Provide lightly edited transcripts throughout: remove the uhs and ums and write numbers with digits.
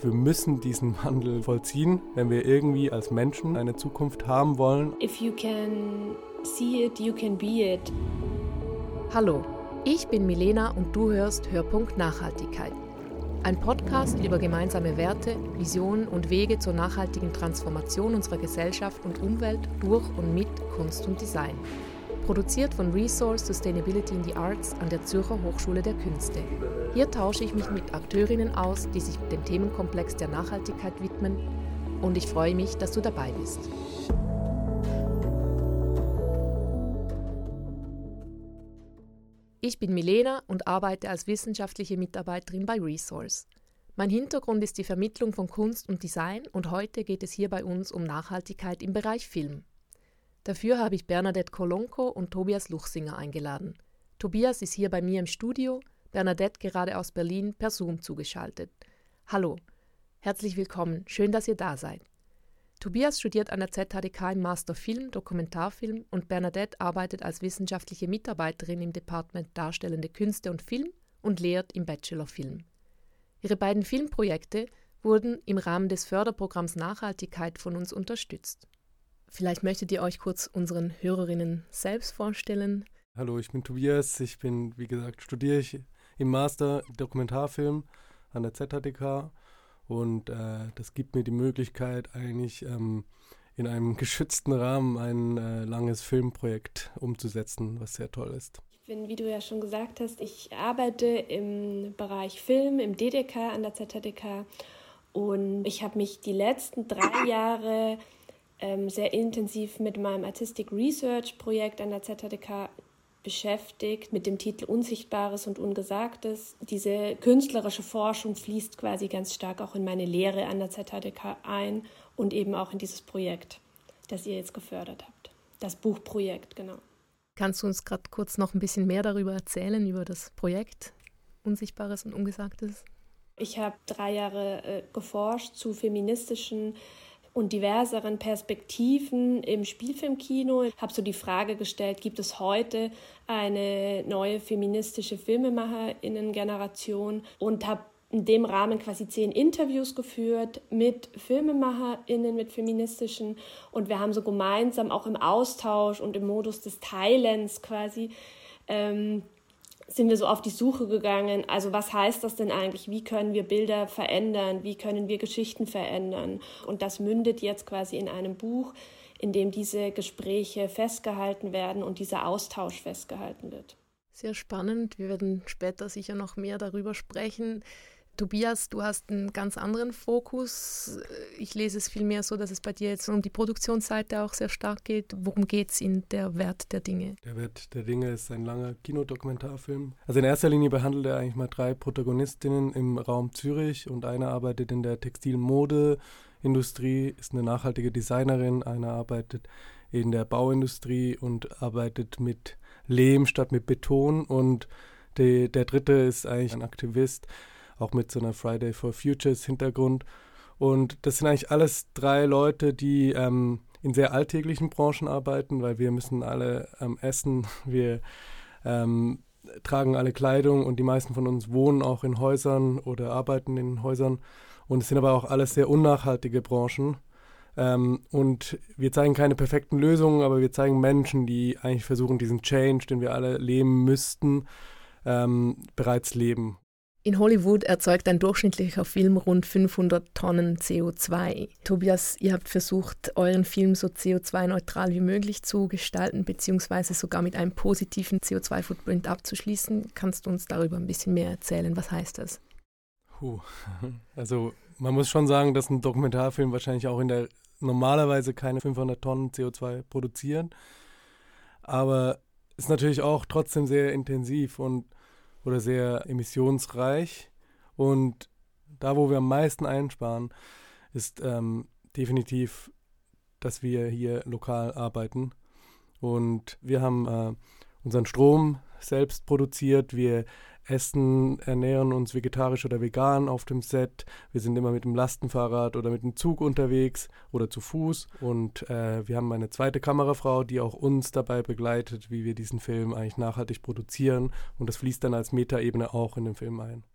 Wir müssen diesen Wandel vollziehen, wenn wir irgendwie als Menschen eine Zukunft haben wollen. If you can see it, you can be it. Hallo, ich bin Milena und du hörst Hörpunkt Nachhaltigkeit. Ein Podcast über gemeinsame Werte, Visionen und Wege zur nachhaltigen Transformation unserer Gesellschaft und Umwelt durch und mit Kunst und Design. Produziert von Resource Sustainability in the Arts an der Zürcher Hochschule der Künste. Hier tausche ich mich mit Akteurinnen aus, die sich dem Themenkomplex der Nachhaltigkeit widmen, und ich freue mich, dass du dabei bist. Ich bin Milena und arbeite als wissenschaftliche Mitarbeiterin bei Resource. Mein Hintergrund ist die Vermittlung von Kunst und Design und heute geht es hier bei uns um Nachhaltigkeit im Bereich Film. Dafür habe ich Bernadette Kolonko und Tobias Luchsinger eingeladen. Tobias ist hier bei mir im Studio, Bernadette gerade aus Berlin per Zoom zugeschaltet. Hallo, herzlich willkommen, schön, dass ihr da seid. Tobias studiert an der ZHDK im Master Film, Dokumentarfilm und Bernadette arbeitet als wissenschaftliche Mitarbeiterin im Department Darstellende Künste und Film und lehrt im Bachelor Film. Ihre beiden Filmprojekte wurden im Rahmen des Förderprogramms Nachhaltigkeit von uns unterstützt. Vielleicht möchtet ihr euch kurz unseren Hörerinnen selbst vorstellen. Hallo, ich bin Tobias. Ich bin, wie gesagt, studiere ich im Master Dokumentarfilm an der ZHDK. Und das gibt mir die Möglichkeit, eigentlich in einem geschützten Rahmen ein langes Filmprojekt umzusetzen, was sehr toll ist. Ich bin, wie du ja schon gesagt hast, ich arbeite im Bereich Film, im DDK an der ZHDK. Und ich habe mich die letzten 3 Jahre sehr intensiv mit meinem Artistic Research Projekt an der ZHDK beschäftigt, mit dem Titel Unsichtbares und Ungesagtes. Diese künstlerische Forschung fließt quasi ganz stark auch in meine Lehre an der ZHDK ein und eben auch in dieses Projekt, das ihr jetzt gefördert habt. Das Buchprojekt, genau. Kannst du uns gerade kurz noch ein bisschen mehr darüber erzählen, über das Projekt Unsichtbares und Ungesagtes? Ich habe 3 Jahre geforscht zu feministischen und diverseren Perspektiven im Spielfilmkino. Ich habe so die Frage gestellt, gibt es heute eine neue feministische FilmemacherInnen-Generation, und habe in dem Rahmen quasi 10 Interviews geführt mit FilmemacherInnen, mit feministischen, und wir haben so gemeinsam auch im Austausch und im Modus des Teilens quasi sind wir so auf die Suche gegangen, also was heißt das denn eigentlich, wie können wir Bilder verändern, wie können wir Geschichten verändern, und das mündet jetzt quasi in einem Buch, in dem diese Gespräche festgehalten werden und dieser Austausch festgehalten wird. Sehr spannend, wir werden später sicher noch mehr darüber sprechen. Tobias, du hast einen ganz anderen Fokus. Ich lese es vielmehr so, dass es bei dir jetzt um die Produktionsseite auch sehr stark geht. Worum geht es in Der Wert der Dinge? Der Wert der Dinge ist ein langer Kinodokumentarfilm. Also in erster Linie behandelt er eigentlich mal 3 Protagonistinnen im Raum Zürich, und eine arbeitet in der Textil-Mode-Industrie, ist eine nachhaltige Designerin, eine arbeitet in der Bauindustrie und arbeitet mit Lehm statt mit Beton, und der dritte ist eigentlich ein Aktivist, auch mit so einer Friday for Futures Hintergrund. Und das sind eigentlich alles 3 Leute, die in sehr alltäglichen Branchen arbeiten, weil wir müssen alle essen, wir tragen alle Kleidung, und die meisten von uns wohnen auch in Häusern oder arbeiten in Häusern. Und es sind aber auch alles sehr unnachhaltige Branchen. Und wir zeigen keine perfekten Lösungen, aber wir zeigen Menschen, die eigentlich versuchen, diesen Change, den wir alle leben müssten, bereits leben. In Hollywood erzeugt ein durchschnittlicher Film rund 500 Tonnen CO2. Tobias, ihr habt versucht, euren Film so CO2-neutral wie möglich zu gestalten, beziehungsweise sogar mit einem positiven CO2-Footprint abzuschließen. Kannst du uns darüber ein bisschen mehr erzählen? Was heißt das? Also man muss schon sagen, dass ein Dokumentarfilm wahrscheinlich auch normalerweise keine 500 Tonnen CO2 produziert. Aber ist natürlich auch trotzdem sehr intensiv oder sehr emissionsreich. Und da, wo wir am meisten einsparen, ist definitiv, dass wir hier lokal arbeiten. Und wir haben unseren Strom selbst produziert. Wir ernähren uns vegetarisch oder vegan auf dem Set. Wir sind immer mit dem Lastenfahrrad oder mit dem Zug unterwegs oder zu Fuß. Und wir haben eine zweite Kamerafrau, die auch uns dabei begleitet, wie wir diesen Film eigentlich nachhaltig produzieren. Und das fließt dann als Metaebene auch in den Film ein.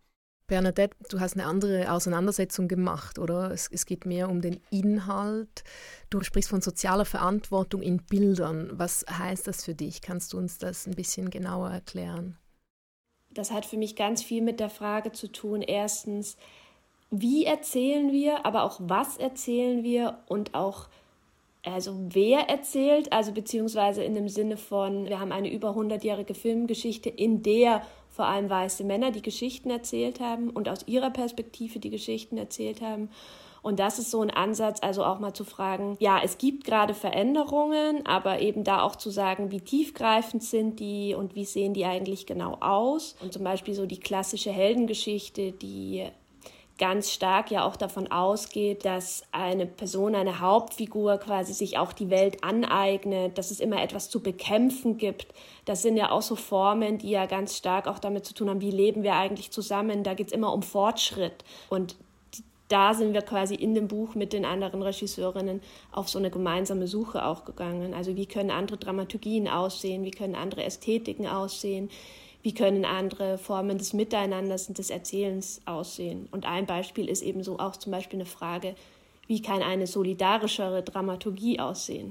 Bernadette, du hast eine andere Auseinandersetzung gemacht, oder? Es geht mehr um den Inhalt. Du sprichst von sozialer Verantwortung in Bildern. Was heißt das für dich? Kannst du uns das ein bisschen genauer erklären? Das hat für mich ganz viel mit der Frage zu tun, erstens, wie erzählen wir, aber auch was erzählen wir und auch, also wer erzählt, also beziehungsweise in dem Sinne von, wir haben eine über 100-jährige Filmgeschichte, in der vor allem weiße Männer die Geschichten erzählt haben und aus ihrer Perspektive die Geschichten erzählt haben. Und das ist so ein Ansatz, also auch mal zu fragen, ja, es gibt gerade Veränderungen, aber eben da auch zu sagen, wie tiefgreifend sind die und wie sehen die eigentlich genau aus. Und zum Beispiel so die klassische Heldengeschichte, die ganz stark ja auch davon ausgeht, dass eine Person, eine Hauptfigur quasi sich auch die Welt aneignet, dass es immer etwas zu bekämpfen gibt. Das sind ja auch so Formen, die ja ganz stark auch damit zu tun haben, wie leben wir eigentlich zusammen. Da geht es immer um Fortschritt. Und da sind wir quasi in dem Buch mit den anderen Regisseurinnen auf so eine gemeinsame Suche auch gegangen. Also wie können andere Dramaturgien aussehen, wie können andere Ästhetiken aussehen, wie können andere Formen des Miteinanders und des Erzählens aussehen. Und ein Beispiel ist eben so auch zum Beispiel eine Frage, wie kann eine solidarischere Dramaturgie aussehen?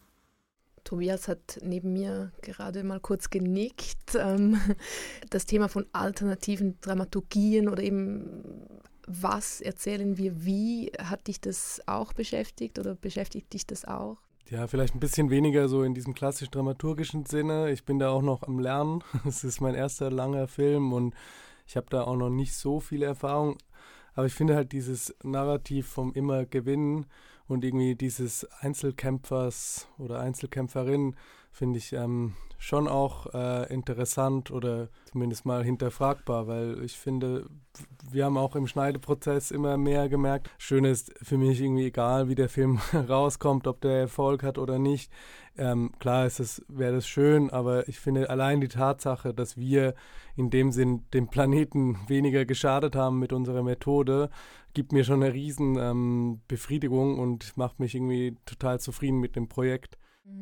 Tobias hat neben mir gerade mal kurz genickt. Das Thema von alternativen Dramaturgien oder eben was erzählen wir wie, hat dich das auch beschäftigt oder beschäftigt dich das auch? Ja, vielleicht ein bisschen weniger so in diesem klassisch dramaturgischen Sinne. Ich bin da auch noch am Lernen. Es ist mein erster langer Film und ich habe da auch noch nicht so viel Erfahrung. Aber ich finde halt dieses Narrativ vom immer Gewinnen und irgendwie dieses Einzelkämpfers oder Einzelkämpferin finde ich schon auch interessant oder zumindest mal hinterfragbar, weil ich finde, wir haben auch im Schneideprozess immer mehr gemerkt, schön ist für mich irgendwie egal, wie der Film rauskommt, ob der Erfolg hat oder nicht. Klar wäre das schön, aber ich finde allein die Tatsache, dass wir in dem Sinn dem Planeten weniger geschadet haben mit unserer Methode, gibt mir schon eine riesen Befriedigung und macht mich irgendwie total zufrieden mit dem Projekt.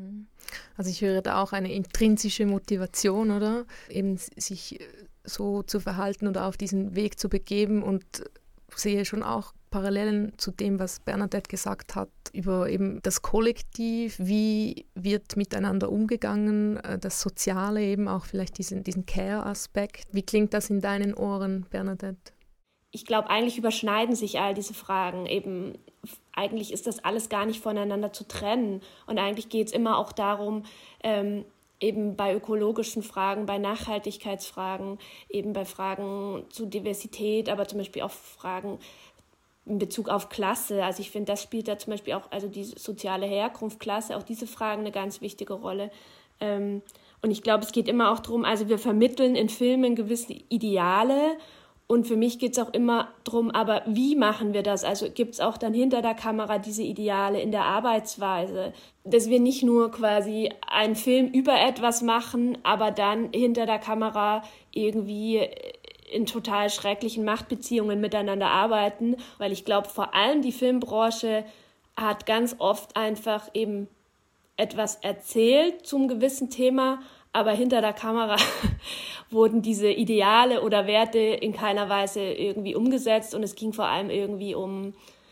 Also ich höre da auch eine intrinsische Motivation, oder? Eben sich so zu verhalten oder auf diesen Weg zu begeben und sehe schon auch Parallelen zu dem, was Bernadette gesagt hat, über eben das Kollektiv, wie wird miteinander umgegangen, das Soziale eben auch vielleicht diesen Care-Aspekt. Wie klingt das in deinen Ohren, Bernadette? Ich glaube, eigentlich überschneiden sich all diese Fragen. Eben, eigentlich ist das alles gar nicht voneinander zu trennen. Und eigentlich geht es immer auch darum, eben bei ökologischen Fragen, bei Nachhaltigkeitsfragen, eben bei Fragen zu Diversität, aber zum Beispiel auch Fragen in Bezug auf Klasse. Also ich finde, das spielt da zum Beispiel auch, also die soziale Herkunft, Klasse, auch diese Fragen eine ganz wichtige Rolle. Und ich glaube, es geht immer auch darum, also wir vermitteln in Filmen gewisse Ideale. Und für mich geht es auch immer darum, aber wie machen wir das? Also gibt es auch dann hinter der Kamera diese Ideale in der Arbeitsweise, dass wir nicht nur quasi einen Film über etwas machen, aber dann hinter der Kamera irgendwie in total schrecklichen Machtbeziehungen miteinander arbeiten, weil ich glaube, vor allem die Filmbranche hat ganz oft einfach eben etwas erzählt zum gewissen Thema, aber hinter der Kamera wurden diese Ideale oder Werte in keiner Weise irgendwie umgesetzt und es ging vor allem irgendwie um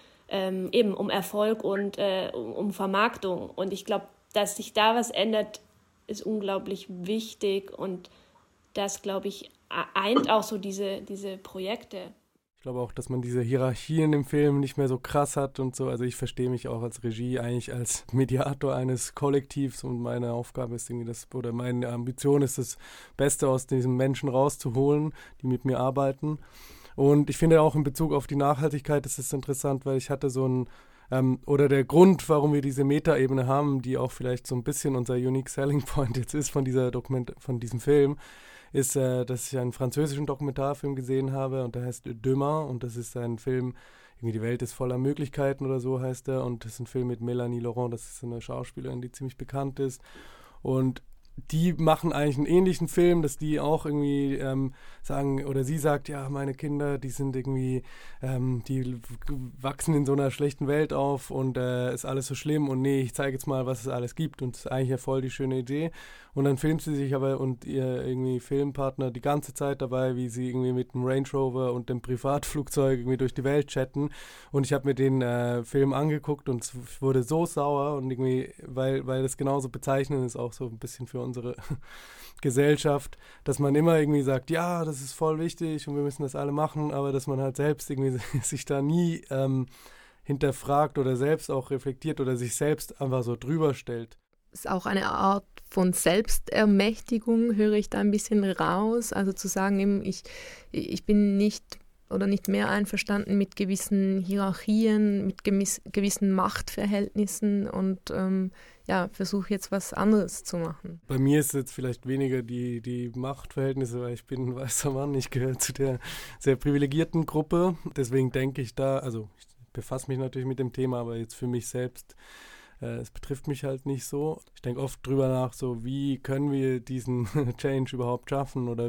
Erfolg und um Vermarktung. Und ich glaube, dass sich da was ändert, ist unglaublich wichtig und das, glaube ich, eint auch so diese Projekte. Ich glaube auch, dass man diese Hierarchien im Film nicht mehr so krass hat und so. Also ich verstehe mich auch als Regie eigentlich als Mediator eines Kollektivs und meine Aufgabe ist irgendwie oder meine Ambition ist, das Beste aus diesen Menschen rauszuholen, die mit mir arbeiten. Und ich finde auch in Bezug auf die Nachhaltigkeit ist es interessant, weil ich hatte so oder der Grund, warum wir diese Metaebene haben, die auch vielleicht so ein bisschen unser Unique Selling Point jetzt ist von diesem Film, ist, dass ich einen französischen Dokumentarfilm gesehen habe und der heißt Demain und das ist ein Film, irgendwie die Welt ist voller Möglichkeiten oder so heißt er und das ist ein Film mit Mélanie Laurent, das ist eine Schauspielerin, die ziemlich bekannt ist und die machen eigentlich einen ähnlichen Film, dass die auch irgendwie sagen, oder sie sagt, ja, meine Kinder, die sind irgendwie, die wachsen in so einer schlechten Welt auf und ist alles so schlimm und nee, ich zeige jetzt mal, was es alles gibt und das ist eigentlich ja voll die schöne Idee. Und dann filmt sie sich aber und ihr irgendwie Filmpartner die ganze Zeit dabei, wie sie irgendwie mit dem Range Rover und dem Privatflugzeug irgendwie durch die Welt chatten. Und ich habe mir den Film angeguckt und es wurde so sauer und irgendwie, weil das genauso bezeichnend ist, auch so ein bisschen für unsere Gesellschaft, dass man immer irgendwie sagt, ja, das ist voll wichtig und wir müssen das alle machen, aber dass man halt selbst irgendwie sich da nie hinterfragt oder selbst auch reflektiert oder sich selbst einfach so drüber stellt. Ist auch eine Art von Selbstermächtigung, höre ich da ein bisschen raus. Also zu sagen, eben, ich bin nicht mehr einverstanden mit gewissen Hierarchien, mit gewissen Machtverhältnissen und versuche jetzt was anderes zu machen. Bei mir ist jetzt vielleicht weniger die Machtverhältnisse, weil ich bin ein weißer Mann, ich gehöre zu der sehr privilegierten Gruppe. Deswegen denke ich da, also ich befasse mich natürlich mit dem Thema, aber jetzt für mich selbst es betrifft mich halt nicht so. Ich denke oft drüber nach, so wie können wir diesen Change überhaupt schaffen oder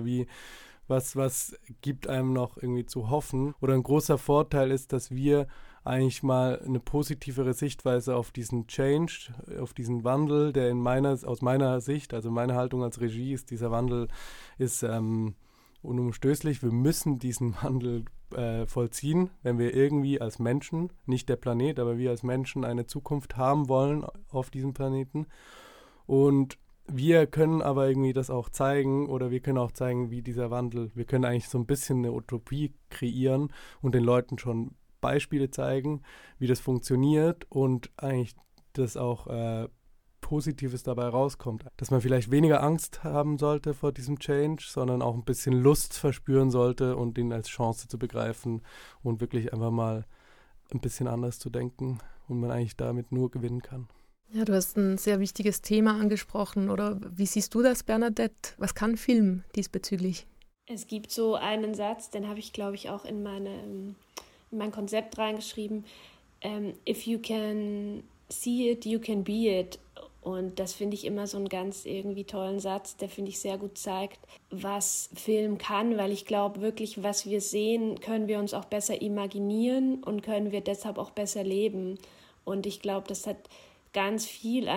was gibt einem noch irgendwie zu hoffen. Oder ein großer Vorteil ist, dass wir eigentlich mal eine positivere Sichtweise auf diesen Change, auf diesen Wandel, der aus meiner Sicht, also meine Haltung als Regie ist, dieser Wandel ist unumstößlich. Wir müssen diesen Wandel vollziehen, wenn wir irgendwie als Menschen, nicht der Planet, aber wir als Menschen eine Zukunft haben wollen auf diesem Planeten. Und wir können aber irgendwie das auch zeigen oder wir können auch zeigen, wie dieser Wandel, wir können eigentlich so ein bisschen eine Utopie kreieren und den Leuten schon Beispiele zeigen, wie das funktioniert und eigentlich das auch Positives dabei rauskommt. Dass man vielleicht weniger Angst haben sollte vor diesem Change, sondern auch ein bisschen Lust verspüren sollte und ihn als Chance zu begreifen und wirklich einfach mal ein bisschen anders zu denken und man eigentlich damit nur gewinnen kann. Ja, du hast ein sehr wichtiges Thema angesprochen, oder wie siehst du das, Bernadette? Was kann Film diesbezüglich? Es gibt so einen Satz, den habe ich, glaube ich, auch in mein Konzept reingeschrieben. If you can see it, you can be it. Und das finde ich immer so einen ganz irgendwie tollen Satz, der, finde ich, sehr gut zeigt, was Film kann, weil ich glaube wirklich, was wir sehen, können wir uns auch besser imaginieren und können wir deshalb auch besser leben. Und ich glaube, das hat ganz viel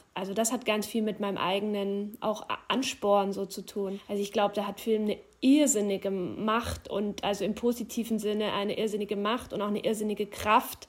mit meinem eigenen auch Ansporn so zu tun. Also ich glaube, da hat Film eine irrsinnige Macht und also im positiven Sinne eine irrsinnige Macht und auch eine irrsinnige Kraft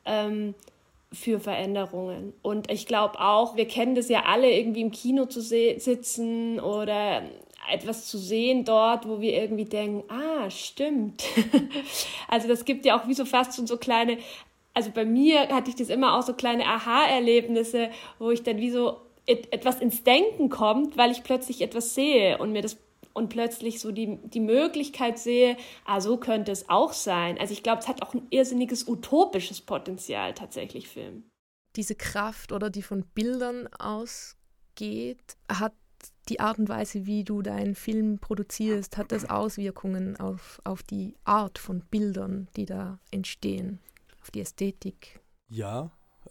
für Veränderungen. Und ich glaube auch, wir kennen das ja alle, irgendwie im Kino zu sitzen oder etwas zu sehen dort, wo wir irgendwie denken, stimmt. Also das gibt ja auch wie so fast schon so kleine, also bei mir hatte ich das immer auch so kleine Aha-Erlebnisse, wo ich dann wie so etwas ins Denken kommt, weil ich plötzlich etwas sehe und plötzlich so die Möglichkeit sehe, so könnte es auch sein. Also ich glaube, es hat auch ein irrsinniges utopisches Potenzial tatsächlich, Film. Diese Kraft, oder die von Bildern ausgeht, hat die Art und Weise, wie du deinen Film produzierst, hat das Auswirkungen auf die Art von Bildern, die da entstehen, auf die Ästhetik? Ja.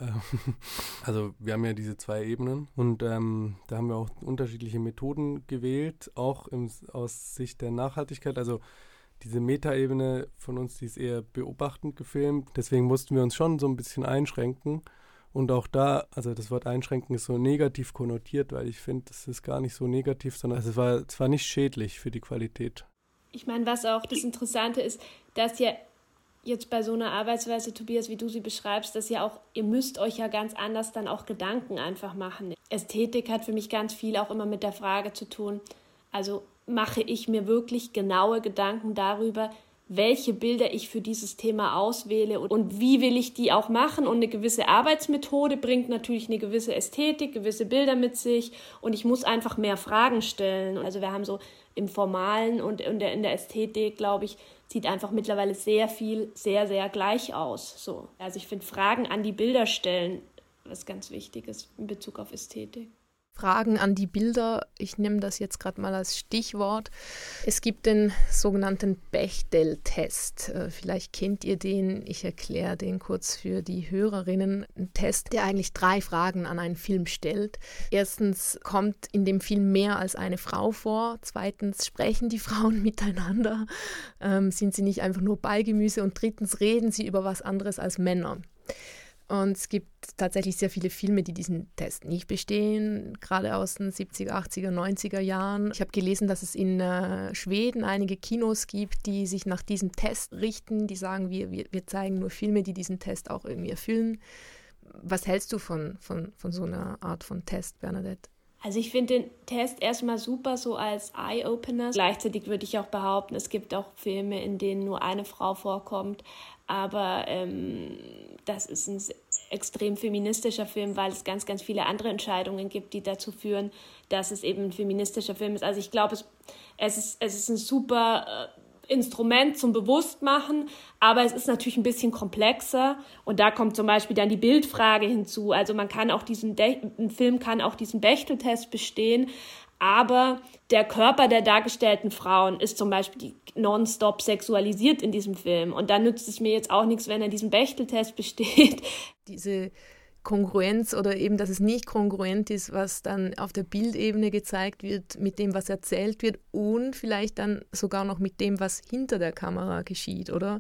Also wir haben ja diese 2 Ebenen und da haben wir auch unterschiedliche Methoden gewählt, auch aus Sicht der Nachhaltigkeit. Also diese Metaebene von uns, die ist eher beobachtend gefilmt, deswegen mussten wir uns schon so ein bisschen einschränken und auch da, also das Wort einschränken ist so negativ konnotiert, weil ich finde, das ist gar nicht so negativ, sondern es war nicht schädlich für die Qualität. Ich meine, was auch das Interessante ist, dass ja jetzt bei so einer Arbeitsweise, Tobias, wie du sie beschreibst, dass ja auch, ihr müsst euch ja ganz anders dann auch Gedanken einfach machen. Ästhetik hat für mich ganz viel auch immer mit der Frage zu tun, also mache ich mir wirklich genaue Gedanken darüber, welche Bilder ich für dieses Thema auswähle und wie will ich die auch machen. Und eine gewisse Arbeitsmethode bringt natürlich eine gewisse Ästhetik, gewisse Bilder mit sich und ich muss einfach mehr Fragen stellen. Also wir haben so im Formalen und in der Ästhetik, glaube ich, sieht einfach mittlerweile sehr viel, sehr, sehr gleich aus. So. Also ich finde Fragen an die Bilder stellen was ganz Wichtiges in Bezug auf Ästhetik. Fragen an die Bilder. Ich nehme das jetzt gerade mal als Stichwort. Es gibt den sogenannten Bechdel-Test. Vielleicht kennt ihr den. Ich erkläre den kurz für die Hörerinnen. Ein Test, der eigentlich 3 Fragen an einen Film stellt. Erstens, kommt in dem Film mehr als eine Frau vor? Zweitens, sprechen die Frauen miteinander? Sind sie nicht einfach nur Beigemüse? Und drittens, reden sie über was anderes als Männer? Und es gibt tatsächlich sehr viele Filme, die diesen Test nicht bestehen, gerade aus den 70er, 80er, 90er Jahren. Ich habe gelesen, dass es in Schweden einige Kinos gibt, die sich nach diesem Test richten, die sagen, wir zeigen nur Filme, die diesen Test auch irgendwie erfüllen. Was hältst du von so einer Art von Test, Bernadette? Also ich finde den Test erstmal super, so als Eye-Opener. Gleichzeitig würde ich auch behaupten, es gibt auch Filme, in denen nur eine Frau vorkommt. Aber das ist ein extrem feministischer Film, weil es ganz, ganz viele andere Entscheidungen gibt, die dazu führen, dass es eben ein feministischer Film ist. Also ich glaube, es ist ein super Instrument zum Bewusstmachen, aber es ist natürlich ein bisschen komplexer und da kommt zum Beispiel dann die Bildfrage hinzu. Also ein Film kann auch diesen Bechdel-Test bestehen, aber der Körper der dargestellten Frauen ist zum Beispiel nonstop sexualisiert in diesem Film und da nützt es mir jetzt auch nichts, wenn er diesen Bechdel-Test besteht. Diese Kongruenz oder eben, dass es nicht kongruent ist, was dann auf der Bildebene gezeigt wird mit dem, was erzählt wird und vielleicht dann sogar noch mit dem, was hinter der Kamera geschieht, oder?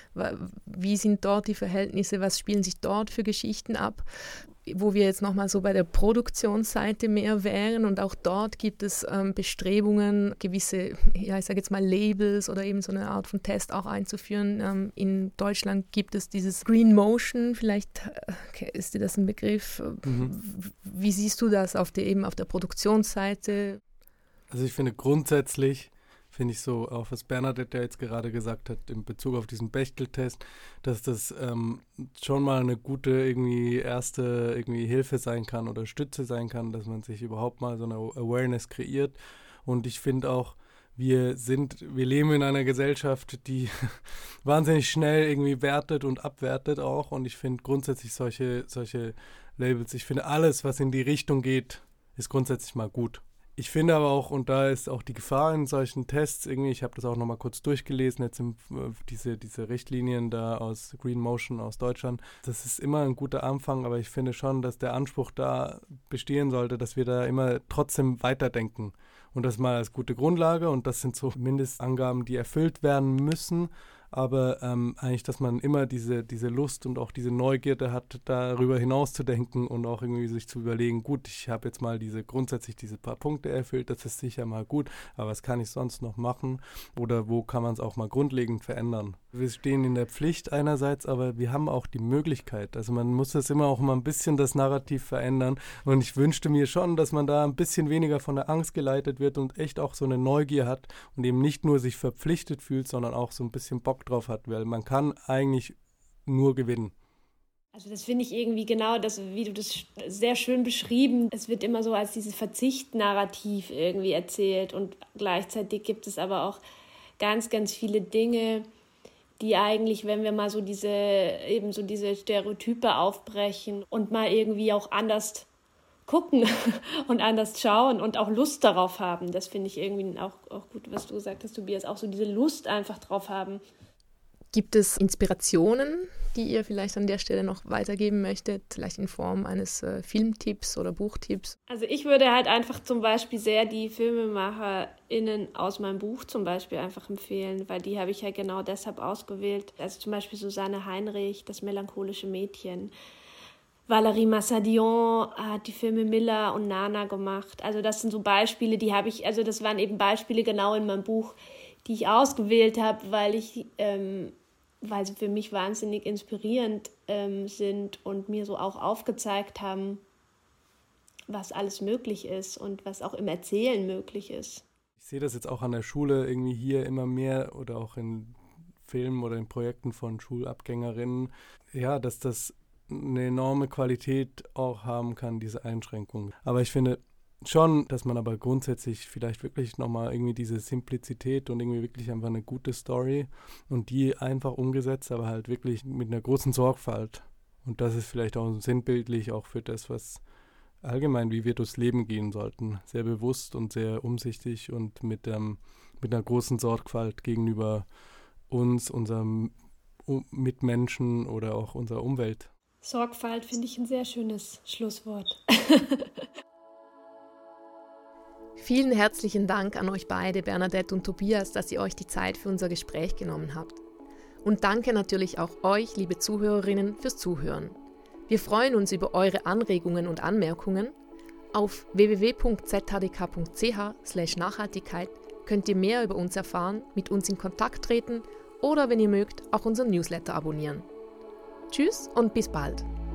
Wie sind dort die Verhältnisse, was spielen sich dort für Geschichten ab? Wo wir jetzt nochmal so bei der Produktionsseite mehr wären und auch dort gibt es Bestrebungen, gewisse, ja, ich sage jetzt mal Labels oder eben so eine Art von Test auch einzuführen. In Deutschland gibt es dieses Green Motion, vielleicht ist dir das ein Begriff. Wie siehst du das auf der Produktionsseite? Also ich finde grundsätzlich, so, auch was Bernadette ja jetzt gerade gesagt hat, in Bezug auf diesen Bechdel-Test, dass das schon mal eine gute erste Hilfe sein kann oder Stütze sein kann, dass man sich überhaupt mal so eine Awareness kreiert. Und ich finde auch, wir leben in einer Gesellschaft, die wahnsinnig schnell irgendwie wertet und abwertet auch. Und ich finde grundsätzlich solche Labels, ich finde alles, was in die Richtung geht, ist grundsätzlich mal gut. Ich finde aber auch, und da ist auch die Gefahr in solchen Tests ich habe das auch nochmal kurz durchgelesen, jetzt diese Richtlinien da aus Green Motion aus Deutschland, das ist immer ein guter Anfang, aber ich finde schon, dass der Anspruch da bestehen sollte, dass wir da immer trotzdem weiterdenken und das mal als gute Grundlage und das sind so Mindestangaben, die erfüllt werden müssen, aber eigentlich, dass man immer diese Lust und auch diese Neugierde hat, darüber hinaus zu denken und auch irgendwie sich zu überlegen, gut, ich habe jetzt mal grundsätzlich diese paar Punkte erfüllt, das ist sicher mal gut, aber was kann ich sonst noch machen oder wo kann man es auch mal grundlegend verändern? Wir stehen in der Pflicht einerseits, aber wir haben auch die Möglichkeit, also man muss das immer auch mal ein bisschen das Narrativ verändern und ich wünschte mir schon, dass man da ein bisschen weniger von der Angst geleitet wird und echt auch so eine Neugier hat und eben nicht nur sich verpflichtet fühlt, sondern auch so ein bisschen Bock drauf hat, weil man kann eigentlich nur gewinnen. Also das finde ich irgendwie genau, wie du das sehr schön beschrieben. Es wird immer so als dieses Verzicht-Narrativ irgendwie erzählt und gleichzeitig gibt es aber auch ganz, ganz viele Dinge, die eigentlich, wenn wir mal so diese Stereotype aufbrechen und mal irgendwie auch anders gucken und anders schauen und auch Lust darauf haben. Das finde ich irgendwie auch gut, was du gesagt hast, Tobias, auch so diese Lust einfach drauf haben. Gibt es Inspirationen, die ihr vielleicht an der Stelle noch weitergeben möchtet, vielleicht in Form eines Filmtipps oder Buchtipps? Also ich würde halt einfach zum Beispiel sehr die FilmemacherInnen aus meinem Buch zum Beispiel einfach empfehlen, weil die habe ich ja genau deshalb ausgewählt. Also zum Beispiel Susanne Heinrich, Das melancholische Mädchen. Valérie Massadillon hat die Filme Miller und Nana gemacht. Also das sind so Beispiele, das waren eben Beispiele genau in meinem Buch, die ich ausgewählt habe, weil sie für mich wahnsinnig inspirierend sind und mir so auch aufgezeigt haben, was alles möglich ist und was auch im Erzählen möglich ist. Ich sehe das jetzt auch an der Schule irgendwie hier immer mehr oder auch in Filmen oder in Projekten von Schulabgängerinnen, ja, dass das eine enorme Qualität auch haben kann, diese Einschränkungen. Aber ich finde schon, dass man aber grundsätzlich vielleicht wirklich nochmal irgendwie diese Simplizität und irgendwie wirklich einfach eine gute Story und die einfach umgesetzt, aber halt wirklich mit einer großen Sorgfalt. Und das ist vielleicht auch sinnbildlich auch für das, was allgemein, wie wir durchs Leben gehen sollten. Sehr bewusst und sehr umsichtig und mit einer großen Sorgfalt gegenüber uns, unserem Mitmenschen oder auch unserer Umwelt. Sorgfalt finde ich ein sehr schönes Schlusswort. Vielen herzlichen Dank an euch beide, Bernadette und Tobias, dass ihr euch die Zeit für unser Gespräch genommen habt. Und danke natürlich auch euch, liebe Zuhörerinnen, fürs Zuhören. Wir freuen uns über eure Anregungen und Anmerkungen. Auf www.zhdk.ch/Nachhaltigkeit könnt ihr mehr über uns erfahren, mit uns in Kontakt treten oder, wenn ihr mögt, auch unseren Newsletter abonnieren. Tschüss und bis bald!